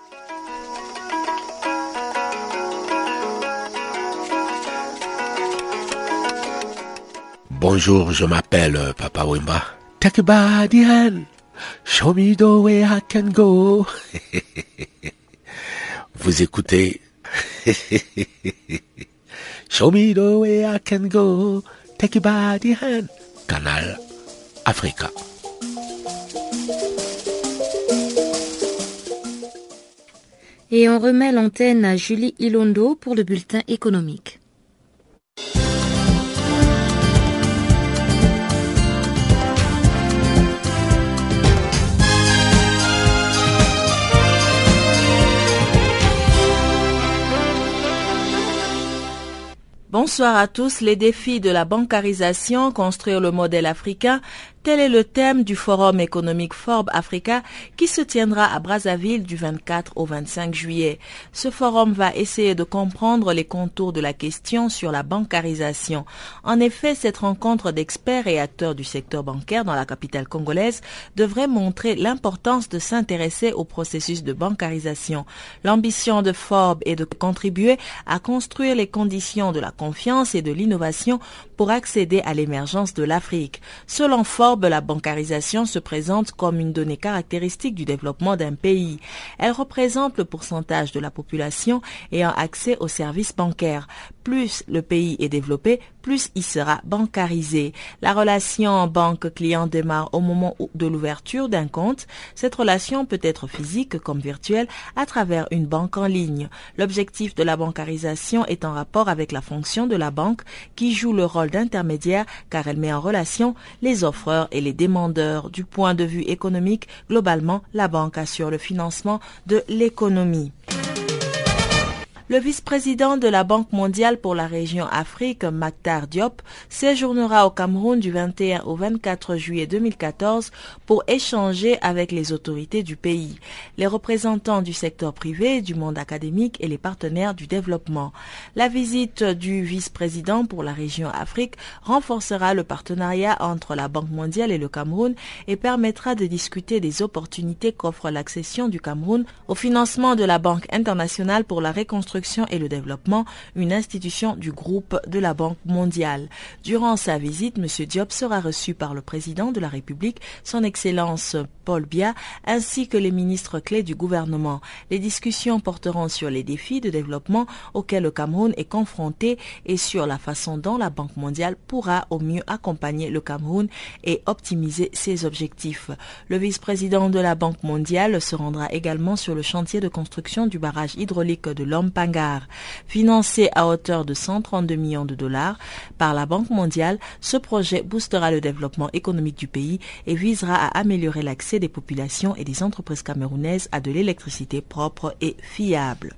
Bonjour, je m'appelle Papa Wemba. Take a body hand, show me the way I can go. Vous écoutez Show me the way I can go, take a body hand. Canal Africa. Et on remet l'antenne à Julie Ilondo pour le bulletin économique. Bonsoir à tous. Les défis de la bancarisation, construire le modèle africain, tel est le thème du Forum économique Forbes Africa qui se tiendra à Brazzaville du 24 au 25 juillet. Ce forum va essayer de comprendre les contours de la question sur la bancarisation. En effet, cette rencontre d'experts et acteurs du secteur bancaire dans la capitale congolaise devrait montrer l'importance de s'intéresser au processus de bancarisation. L'ambition de Forbes est de contribuer à construire les conditions de la confiance et de l'innovation pour accéder à l'émergence de l'Afrique. Selon Forbes, la bancarisation se présente comme une donnée caractéristique du développement d'un pays. Elle représente le pourcentage de la population ayant accès aux services bancaires. Plus le pays est développé, plus il sera bancarisé. La relation banque-client démarre au moment de l'ouverture d'un compte. Cette relation peut être physique comme virtuelle à travers une banque en ligne. L'objectif de la bancarisation est en rapport avec la fonction de la banque qui joue le rôle d'intermédiaire car elle met en relation les offreurs demandeurs et les demandeurs. Du point de vue économique, globalement, la banque assure le financement de l'économie. Le vice-président de la Banque mondiale pour la région Afrique, Mactar Diop, séjournera au Cameroun du 21 au 24 juillet 2014 pour échanger avec les autorités du pays, les représentants du secteur privé, du monde académique et les partenaires du développement. La visite du vice-président pour la région Afrique renforcera le partenariat entre la Banque mondiale et le Cameroun et permettra de discuter des opportunités qu'offre l'accession du Cameroun au financement de la Banque internationale pour la reconstruction et le développement, une institution du groupe de la Banque mondiale. Durant sa visite, M. Diop sera reçu par le président de la République, son Excellence Paul Biya, ainsi que les ministres clés du gouvernement. Les discussions porteront sur les défis de développement auxquels le Cameroun est confronté et sur la façon dont la Banque mondiale pourra au mieux accompagner le Cameroun et optimiser ses objectifs. Le vice-président de la Banque mondiale se rendra également sur le chantier de construction du barrage hydraulique de Lompangar. Financé à hauteur de 132 millions de dollars par la Banque mondiale, ce projet boostera le développement économique du pays et visera à améliorer l'accès des populations et des entreprises camerounaises à de l'électricité propre et fiable.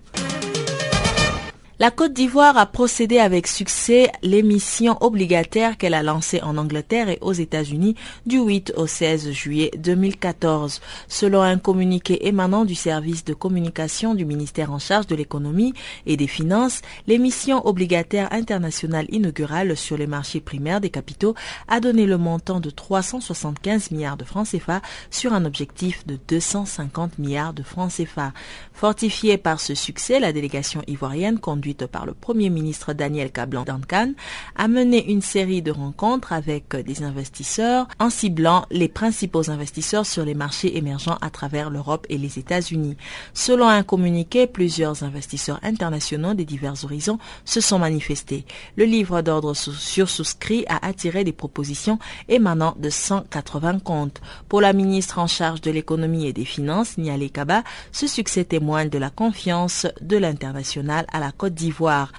La Côte d'Ivoire a procédé avec succès l'émission obligataire qu'elle a lancée en Angleterre et aux États-Unis du 8 au 16 juillet 2014. Selon un communiqué émanant du service de communication du ministère en charge de l'économie et des finances, l'émission obligataire internationale inaugurale sur les marchés primaires des capitaux a donné le montant de 375 milliards de francs CFA sur un objectif de 250 milliards de francs CFA. Fortifiée par ce succès, la délégation ivoirienne conduite par le Premier ministre Daniel Kablan-Duncan a mené une série de rencontres avec des investisseurs en ciblant les principaux investisseurs sur les marchés émergents à travers l'Europe et les États-Unis. Selon un communiqué, plusieurs investisseurs internationaux des divers horizons se sont manifestés. Le livre d'ordre sursouscrit a attiré des propositions émanant de 180 comptes. Pour la ministre en charge de l'économie et des finances, Nialé Kaba, ce succès témoigne de la confiance de l'international à la Côte d'Ivoire.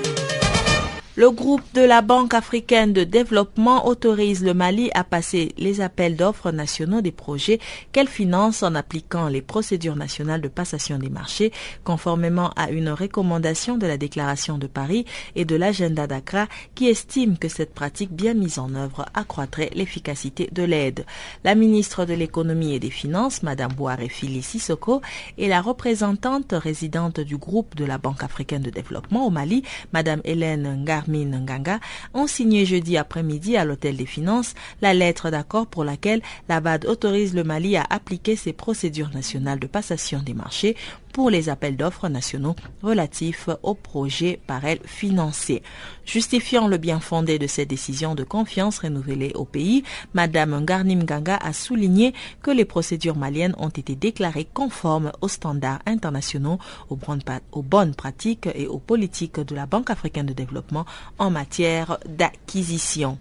Le groupe de la Banque africaine de développement autorise le Mali à passer les appels d'offres nationaux des projets qu'elle finance en appliquant les procédures nationales de passation des marchés, conformément à une recommandation de la Déclaration de Paris et de l'agenda d'Accra qui estime que cette pratique bien mise en œuvre accroîtrait l'efficacité de l'aide. La ministre de l'économie et des finances, Mme Bouare Fili Sissoko, et la représentante résidente du groupe de la Banque africaine de développement au Mali, Mme Hélène Ngarmin Nganga, ont signé jeudi après-midi à l'Hôtel des Finances la lettre d'accord pour laquelle la BAD autorise le Mali à appliquer ses procédures nationales de passation des marchés pour les appels d'offres nationaux relatifs aux projets par elle financés. Justifiant le bien fondé de cette décision de confiance renouvelée au pays, Mme Ngarnim Nganga a souligné que les procédures maliennes ont été déclarées conformes aux standards internationaux, aux bonnes pratiques et aux politiques de la Banque africaine de développement en matière d'acquisition.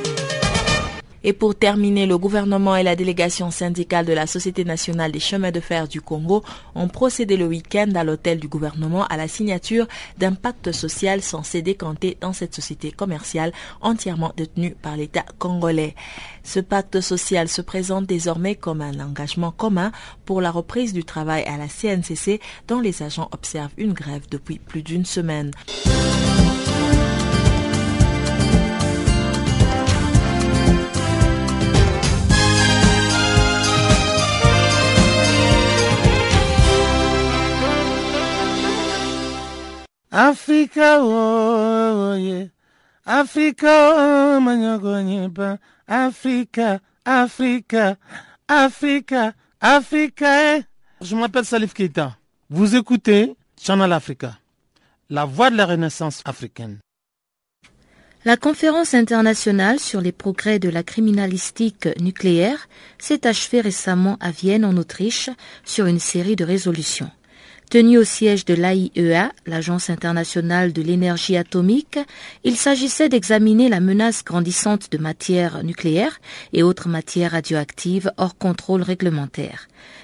Et pour terminer, le gouvernement et la délégation syndicale de la Société nationale des chemins de fer du Congo ont procédé le week-end à l'hôtel du gouvernement à la signature d'un pacte social censé décanter dans cette société commerciale entièrement détenue par l'État congolais. Ce pacte social se présente désormais comme un engagement commun pour la reprise du travail à la CNCC dont les agents observent une grève depuis plus d'une semaine. Africa, oh, yeah. Africa, oh, manyogonyepa. Africa, Africa, Africa, Africa. Je m'appelle Salif Keita. Vous écoutez Channel Africa, la voix de la Renaissance africaine. La conférence internationale sur les progrès de la criminalistique nucléaire s'est achevée récemment à Vienne, en Autriche, sur une série de résolutions. Tenu au siège de l'AIEA, l'Agence internationale de l'énergie atomique, il s'agissait d'examiner la menace grandissante de matières nucléaires et autres matières radioactives hors contrôle réglementaire.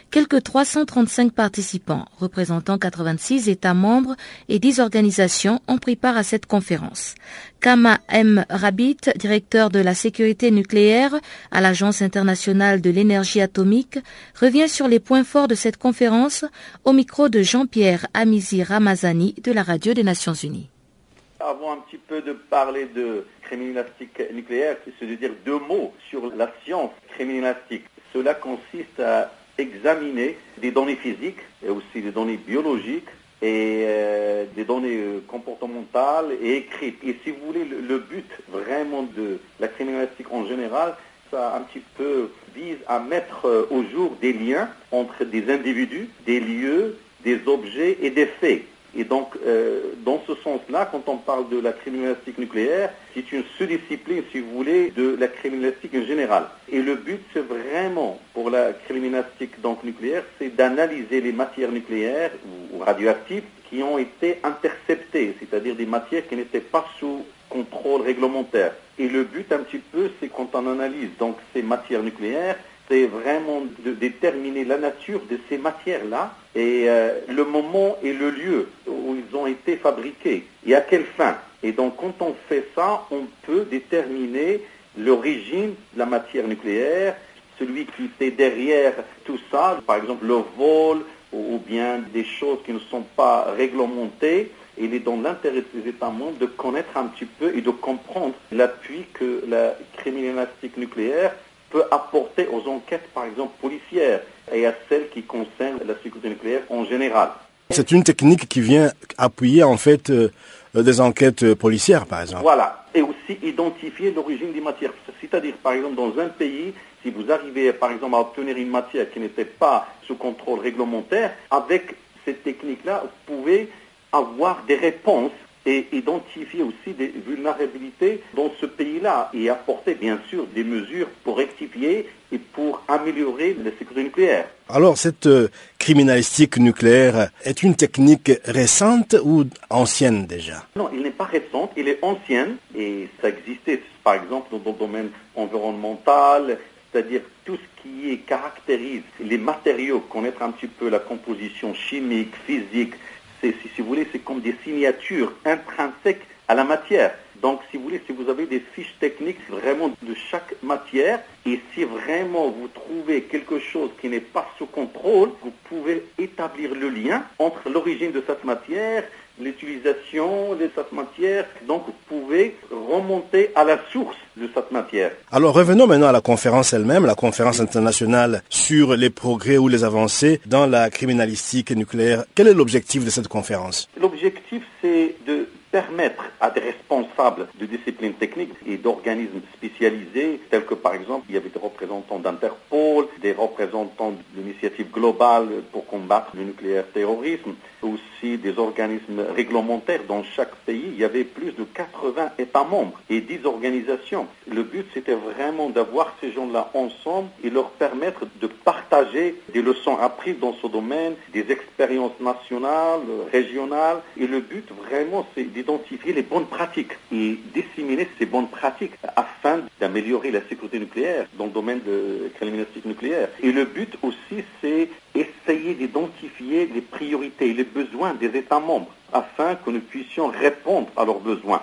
Quelques 335 participants, représentant 86 États membres et 10 organisations, ont pris part à cette conférence. Kama M. Rabit, directeur de la sécurité nucléaire à l'Agence internationale de l'énergie atomique, revient sur les points forts de cette conférence au micro de Jean-Pierre Amizi Ramazani de la Radio des Nations Unies. Avant un petit peu de parler de criminalistique nucléaire, c'est de dire deux mots sur la science criminalistique. Cela consiste à examiner des données physiques et aussi des données biologiques et des données comportementales et écrites. Et si vous voulez, le but vraiment de la criminalistique en général, ça un petit peu vise à mettre au jour des liens entre des individus, des lieux, des objets et des faits. Et donc, dans ce sens-là, quand on parle de la criminalistique nucléaire, c'est une sous-discipline, si vous voulez, de la criminalistique en général. Et le but, c'est vraiment, pour la criminalistique donc nucléaire, c'est d'analyser les matières nucléaires ou radioactives qui ont été interceptées, c'est-à-dire des matières qui n'étaient pas sous contrôle réglementaire. Et le but, un petit peu, c'est quand on analyse donc ces matières nucléaires, c'est vraiment de déterminer la nature de ces matières-là et le moment et le lieu où ils ont été fabriqués et à quelle fin. Et donc quand on fait ça, on peut déterminer l'origine de la matière nucléaire, celui qui était derrière tout ça, par exemple le vol ou bien des choses qui ne sont pas réglementées. Et il est dans l'intérêt des États membres de connaître un petit peu et de comprendre l'appui que la criminalistique nucléaire peut apporter aux enquêtes, par exemple, policières et à celles qui concernent la sécurité nucléaire en général. C'est une technique qui vient appuyer, en fait, des enquêtes policières, par exemple. Voilà. Et aussi identifier l'origine des matières. C'est-à-dire, par exemple, dans un pays, si vous arrivez, par exemple, à obtenir une matière qui n'était pas sous contrôle réglementaire, avec cette technique-là, vous pouvez avoir des réponses et identifier aussi des vulnérabilités dans ce pays-là et apporter bien sûr des mesures pour rectifier et pour améliorer la sécurité nucléaire. Alors cette criminalistique nucléaire est une technique récente ou ancienne déjà? Non, elle n'est pas récente, elle est ancienne et ça existait par exemple dans le domaine environnemental, c'est-à-dire tout ce qui caractérise les matériaux, connaître un petit peu la composition chimique, physique. Si vous voulez, c'est comme des signatures intrinsèques à la matière. Donc, si vous voulez, si vous avez des fiches techniques vraiment de chaque matière, et si vraiment vous trouvez quelque chose qui n'est pas sous contrôle, vous pouvez établir le lien entre l'origine de cette matière, l'utilisation de cette matière. Donc, vous pouvez remonter à la source de cette matière. Alors, revenons maintenant à la conférence elle-même, la conférence internationale sur les progrès ou les avancées dans la criminalistique nucléaire. Quel est l'objectif de cette conférence? L'objectif, c'est de permettre à des responsables de disciplines techniques et d'organismes spécialisés, tels que par exemple, il y avait des représentants d'Interpol, des représentants de l'initiative globale pour combattre le nucléaire terrorisme, aussi des organismes réglementaires dans chaque pays. Il y avait plus de 80 États membres et 10 organisations. Le but, c'était vraiment d'avoir ces gens-là ensemble et leur permettre de partager des leçons apprises dans ce domaine, des expériences nationales, régionales. Et le but, vraiment, c'est d'identifier les bonnes pratiques et disséminer ces bonnes pratiques afin d'améliorer la sécurité nucléaire dans le domaine de la criminalistique nucléaire. Et le but aussi, c'est essayer d'identifier les priorités et les besoins des États membres afin que nous puissions répondre à leurs besoins.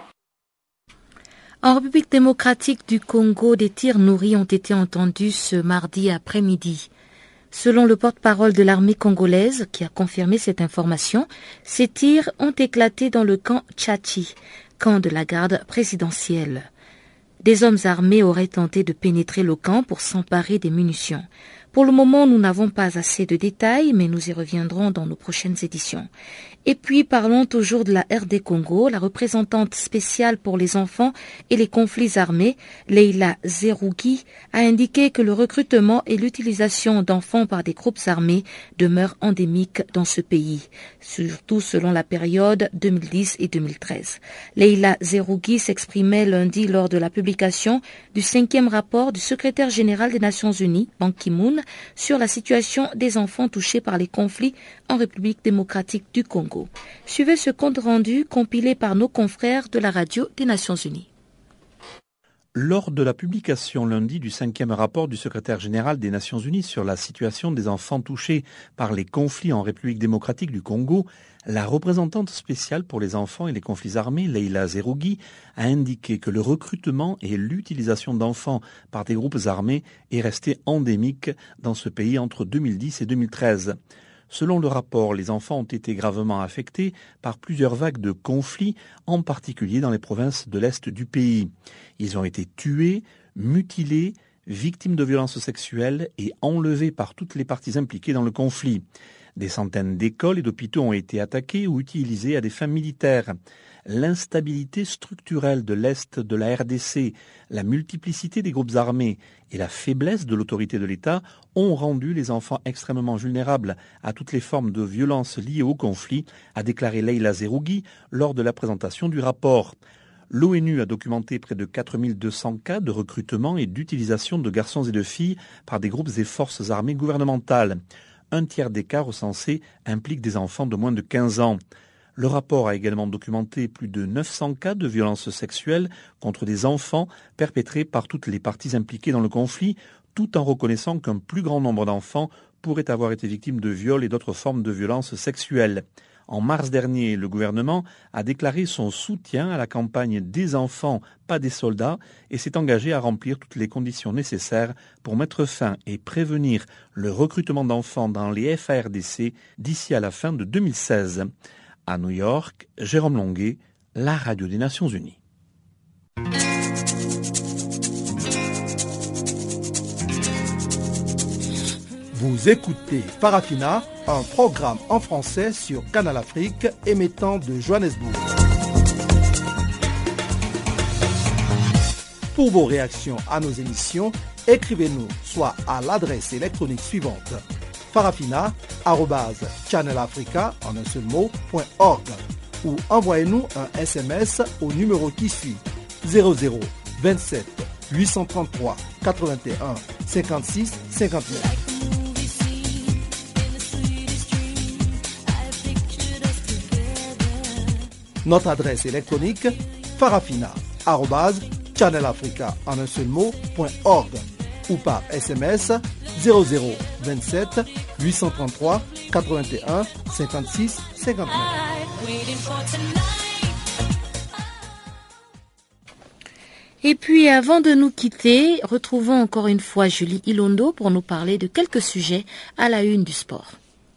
En République démocratique du Congo, des tirs nourris ont été entendus ce mardi après-midi. Selon le porte-parole de l'armée congolaise, qui a confirmé cette information, ces tirs ont éclaté dans le camp Tchachi, camp de la garde présidentielle. Des hommes armés auraient tenté de pénétrer le camp pour s'emparer des munitions. Pour le moment, nous n'avons pas assez de détails, mais nous y reviendrons dans nos prochaines éditions. Et puis, parlons toujours de la RD Congo. La représentante spéciale pour les enfants et les conflits armés, Leila Zerougui, a indiqué que le recrutement et l'utilisation d'enfants par des groupes armés demeurent endémiques dans ce pays, surtout selon la période 2010 et 2013. Leila Zerougui s'exprimait lundi lors de la publication du 5e rapport du secrétaire général des Nations Unies, Ban Ki-moon, sur la situation des enfants touchés par les conflits en République démocratique du Congo. Suivez ce compte rendu compilé par nos confrères de la Radio des Nations Unies. Lors de la publication lundi du 5e rapport du secrétaire général des Nations Unies sur la situation des enfants touchés par les conflits en République démocratique du Congo, la représentante spéciale pour les enfants et les conflits armés, Leila Zerougui, a indiqué que le recrutement et l'utilisation d'enfants par des groupes armés est resté endémique dans ce pays entre 2010 et 2013. Selon le rapport, les enfants ont été gravement affectés par plusieurs vagues de conflits, en particulier dans les provinces de l'Est du pays. Ils ont été tués, mutilés, victimes de violences sexuelles et enlevés par toutes les parties impliquées dans le conflit. Des centaines d'écoles et d'hôpitaux ont été attaqués ou utilisés à des fins militaires. L'instabilité structurelle de l'Est de la RDC, la multiplicité des groupes armés et la faiblesse de l'autorité de l'État ont rendu les enfants extrêmement vulnérables à toutes les formes de violences liées au conflit, a déclaré Leila Zerougui lors de la présentation du rapport. L'ONU a documenté près de 4200 cas de recrutement et d'utilisation de garçons et de filles par des groupes et forces armées gouvernementales. Un tiers des cas recensés impliquent des enfants de moins de 15 ans. Le rapport a également documenté plus de 900 cas de violences sexuelles contre des enfants perpétrés par toutes les parties impliquées dans le conflit, tout en reconnaissant qu'un plus grand nombre d'enfants pourraient avoir été victimes de viols et d'autres formes de violences sexuelles. En mars dernier, le gouvernement a déclaré son soutien à la campagne des enfants, pas des soldats, et s'est engagé à remplir toutes les conditions nécessaires pour mettre fin et prévenir le recrutement d'enfants dans les FARDC d'ici à la fin de 2016. À New York, Jérôme Longuet, la radio des Nations Unies. Vous écoutez Farafina, un programme en français sur Canal Afrique émettant de Johannesburg. Pour vos réactions à nos émissions, écrivez-nous soit à l'adresse électronique suivante: farafina@channelafrica en un seul mot.org ou envoyez-nous un SMS au numéro qui suit 00 27 833 81 56 59. Notre adresse électronique farafina@channelafrica en un seul mot.org ou par SMS 0027 833 81 56 59. Et puis, avant de nous quitter, retrouvons encore une fois Julie Ilondo pour nous parler de quelques sujets à la une du sport.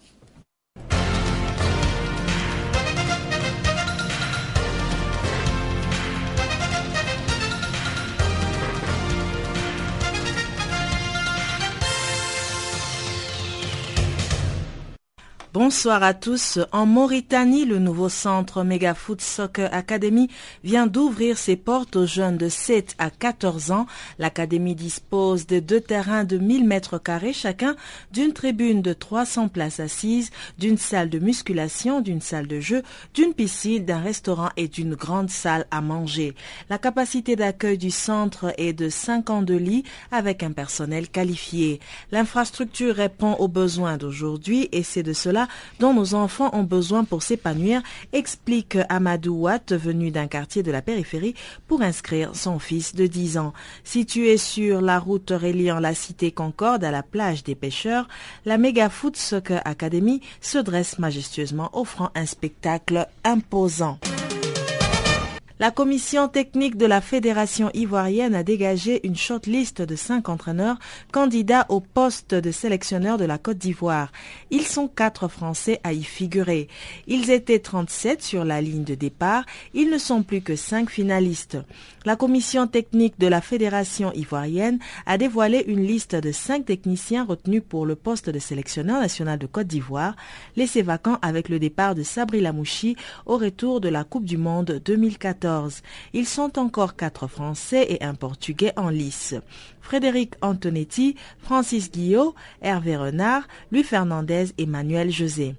Bonsoir à tous. En Mauritanie, le nouveau centre Megafoot Soccer Academy vient d'ouvrir ses portes aux jeunes de 7 à 14 ans. L'académie dispose de 2 terrains de 1000 mètres carrés chacun, d'une tribune de 300 places assises, d'une salle de musculation, d'une salle de jeu, d'une piscine, d'un restaurant et d'une grande salle à manger. La capacité d'accueil du centre est de 52 lits avec un personnel qualifié. L'infrastructure répond aux besoins d'aujourd'hui et c'est de cela dont nos enfants ont besoin pour s'épanouir, explique Amadou Watt, venu d'un quartier de la périphérie pour inscrire son fils de 10 ans. Situé sur la route reliant la cité Concorde à la plage des pêcheurs, la Megafoot Soccer Academy se dresse majestueusement, offrant un spectacle imposant. La commission technique de la Fédération ivoirienne a dégagé une shortlist de 5 entraîneurs candidats au poste de sélectionneur de la Côte d'Ivoire. Ils sont 4 Français à y figurer. Ils étaient 37 sur la ligne de départ. Ils ne sont plus que 5 finalistes. La commission technique de la Fédération ivoirienne a dévoilé une liste de 5 techniciens retenus pour le poste de sélectionneur national de Côte d'Ivoire, laissé vacant avec le départ de Sabri Lamouchi au retour de la Coupe du Monde 2014. Ils sont encore 4 Français et un Portugais en lice. Frédéric Antonetti, Francis Guillot, Hervé Renard, Louis Fernandez et Manuel José.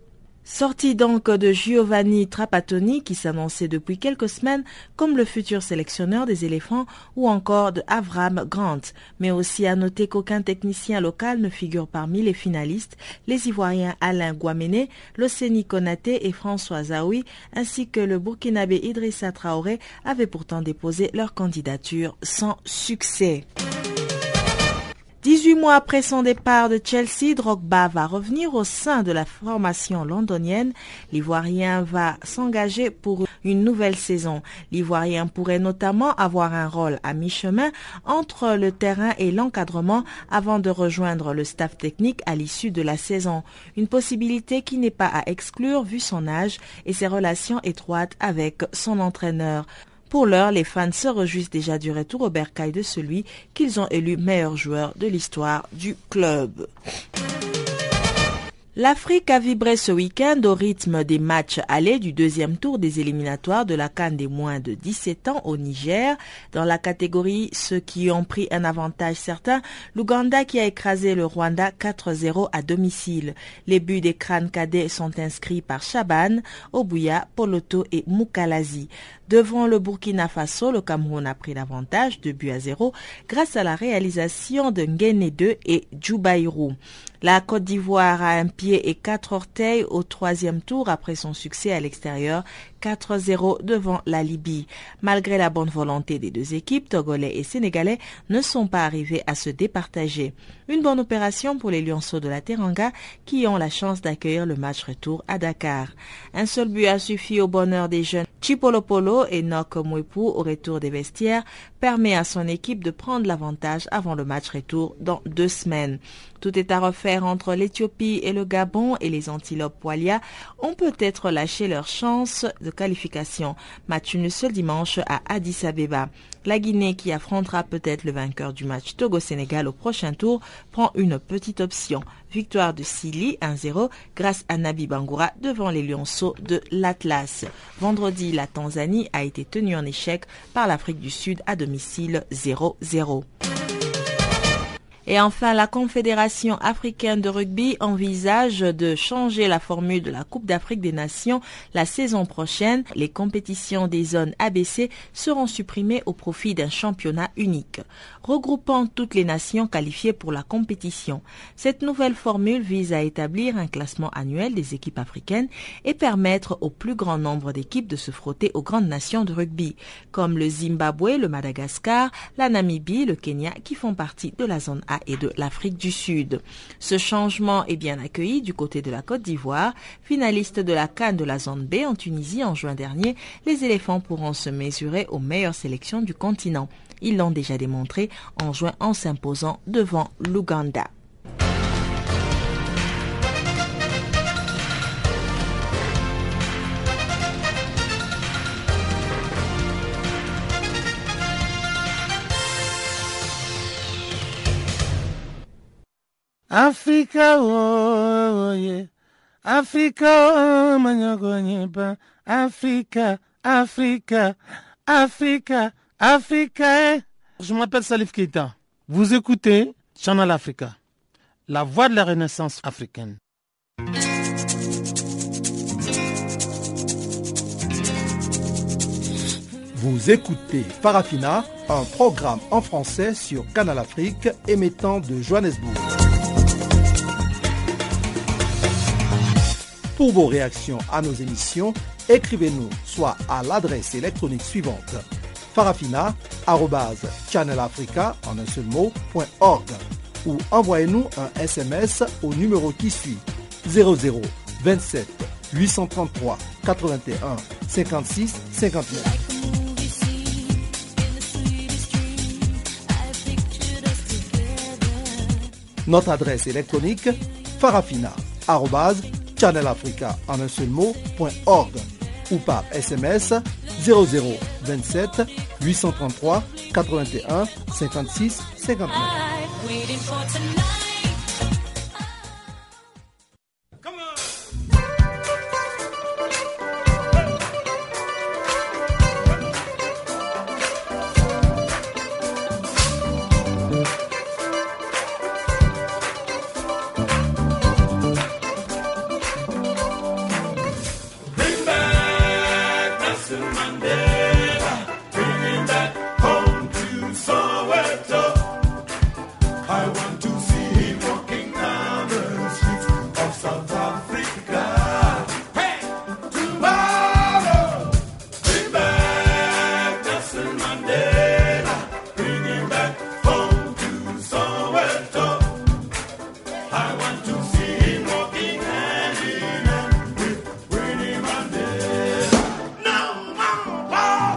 Sortie donc de Giovanni Trapattoni qui s'annonçait depuis quelques semaines comme le futur sélectionneur des éléphants ou encore de Avram Grant. Mais aussi à noter qu'aucun technicien local ne figure parmi les finalistes, les Ivoiriens Alain Guaméné, Loseni Konaté et François Zaoui ainsi que le Burkinabé Idrissa Traoré avaient pourtant déposé leur candidature sans succès. 18 mois après son départ de Chelsea, Drogba va revenir au sein de la formation londonienne. L'Ivoirien va s'engager pour une nouvelle saison. L'Ivoirien pourrait notamment avoir un rôle à mi-chemin entre le terrain et l'encadrement avant de rejoindre le staff technique à l'issue de la saison. Une possibilité qui n'est pas à exclure vu son âge et ses relations étroites avec son entraîneur. Pour l'heure, les fans se réjouissent déjà du retour au bercail de celui qu'ils ont élu meilleur joueur de l'histoire du club. L'Afrique a vibré ce week-end au rythme des matchs allés du deuxième tour des éliminatoires de la CAN des moins de 17 ans au Niger. Dans la catégorie ceux qui ont pris un avantage certain, l'Ouganda qui a écrasé le Rwanda 4-0 à domicile. Les buts des crânes cadets sont inscrits par Chaban, Obuya, Poloto et Mukalazi. Devant le Burkina Faso, le Cameroun a pris l'avantage 2-0 grâce à la réalisation de Ngene 2 et Djoubaïrou. La Côte d'Ivoire a un pied et 4 orteils au troisième tour après son succès à l'extérieur 4-0 devant la Libye. Malgré la bonne volonté des deux équipes, Togolais et Sénégalais ne sont pas arrivés à se départager. Une bonne opération pour les Lionceaux de la Teranga qui ont la chance d'accueillir le match retour à Dakar. Un seul but a suffi au bonheur des jeunes. Chipolopolo et Nok Mwepu au retour des vestiaires permet à son équipe de prendre l'avantage avant le match retour dans 2 semaines. Tout est à refaire entre l'Éthiopie et le Gabon et les Antilopes Walia ont peut-être lâché leur chance de qualification. Match nul ce dimanche à Addis Abeba. La Guinée, qui affrontera peut-être le vainqueur du match Togo-Sénégal au prochain tour, prend une petite option. Victoire de Sili 1-0 grâce à Nabi Bangoura devant les Lionceaux de l'Atlas. Vendredi, la Tanzanie a été tenue en échec par l'Afrique du Sud à domicile 0-0. Et enfin, la Confédération africaine de rugby envisage de changer la formule de la Coupe d'Afrique des Nations la saison prochaine. Les compétitions des zones ABC seront supprimées au profit d'un championnat unique, regroupant toutes les nations qualifiées pour la compétition. Cette nouvelle formule vise à établir un classement annuel des équipes africaines et permettre au plus grand nombre d'équipes de se frotter aux grandes nations de rugby, comme le Zimbabwe, le Madagascar, la Namibie, le Kenya, qui font partie de la zone A et de l'Afrique du Sud. Ce changement est bien accueilli du côté de la Côte d'Ivoire. Finaliste de la CAN de la zone B en Tunisie en juin dernier, les éléphants pourront se mesurer aux meilleures sélections du continent. Ils l'ont déjà démontré en juin en s'imposant devant l'Ouganda. Africa, oh, yeah. Africa, oh, manyagonyepa. Africa, Africa, Africa, Africa. Je m'appelle Salif Keita. Vous écoutez Channel Africa, la voix de la renaissance africaine. Vous écoutez Farafina, un programme en français sur Canal Afrique émettant de Johannesburg. Pour vos réactions à nos émissions, écrivez-nous soit à l'adresse électronique suivante farafina@channelafrica en un seul mot.org ou envoyez-nous un SMS au numéro qui suit 00 27 833 81 56 59. Notre adresse électronique farafina@channelafrica en un seul mot.org ou par SMS 0027 833 81 56 59. Nelson Mandela, bring him back home to Soweto. I want to see him walking down the streets of South Africa. Hey, tomorrow, bring back Nelson Mandela, bring him back home to Soweto. I want to see him walking hand in hand with Winnie Mandela. No more war.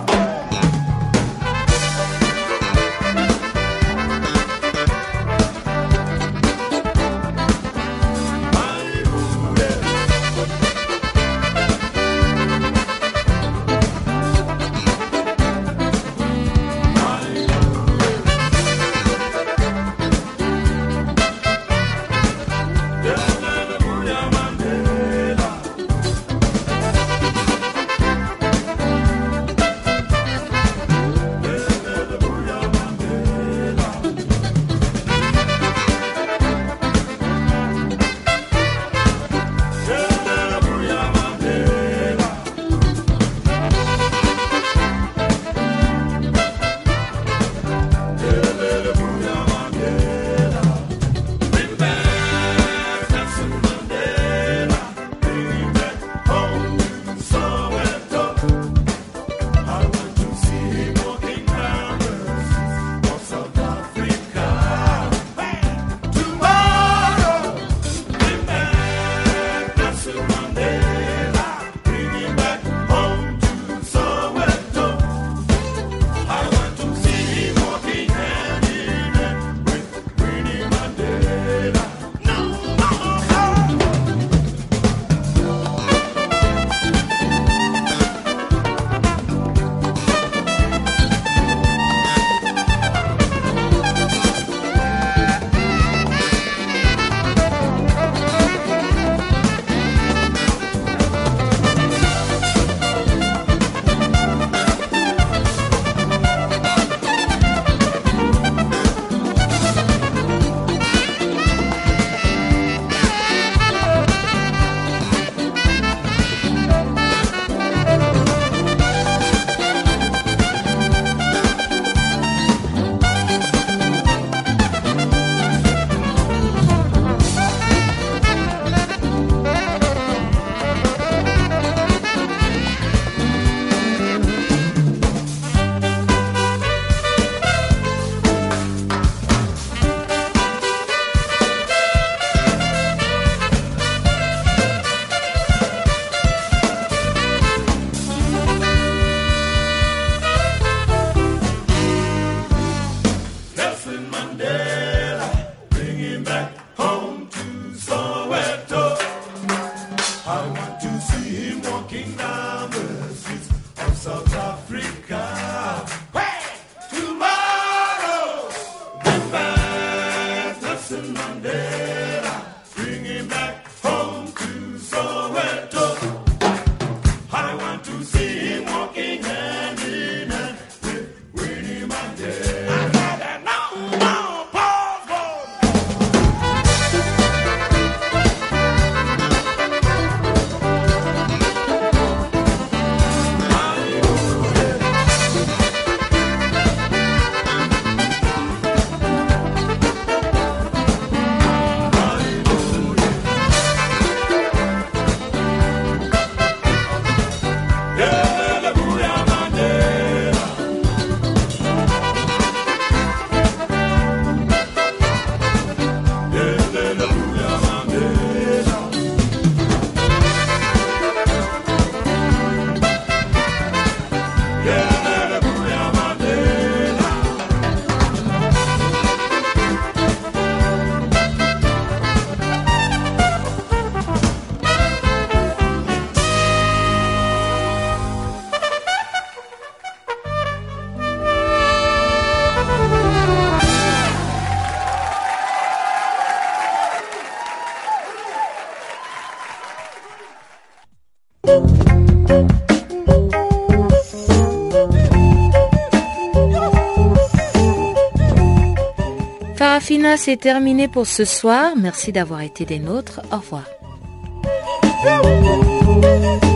Farafina, c'est terminé pour ce soir. Merci d'avoir été des nôtres. Au revoir.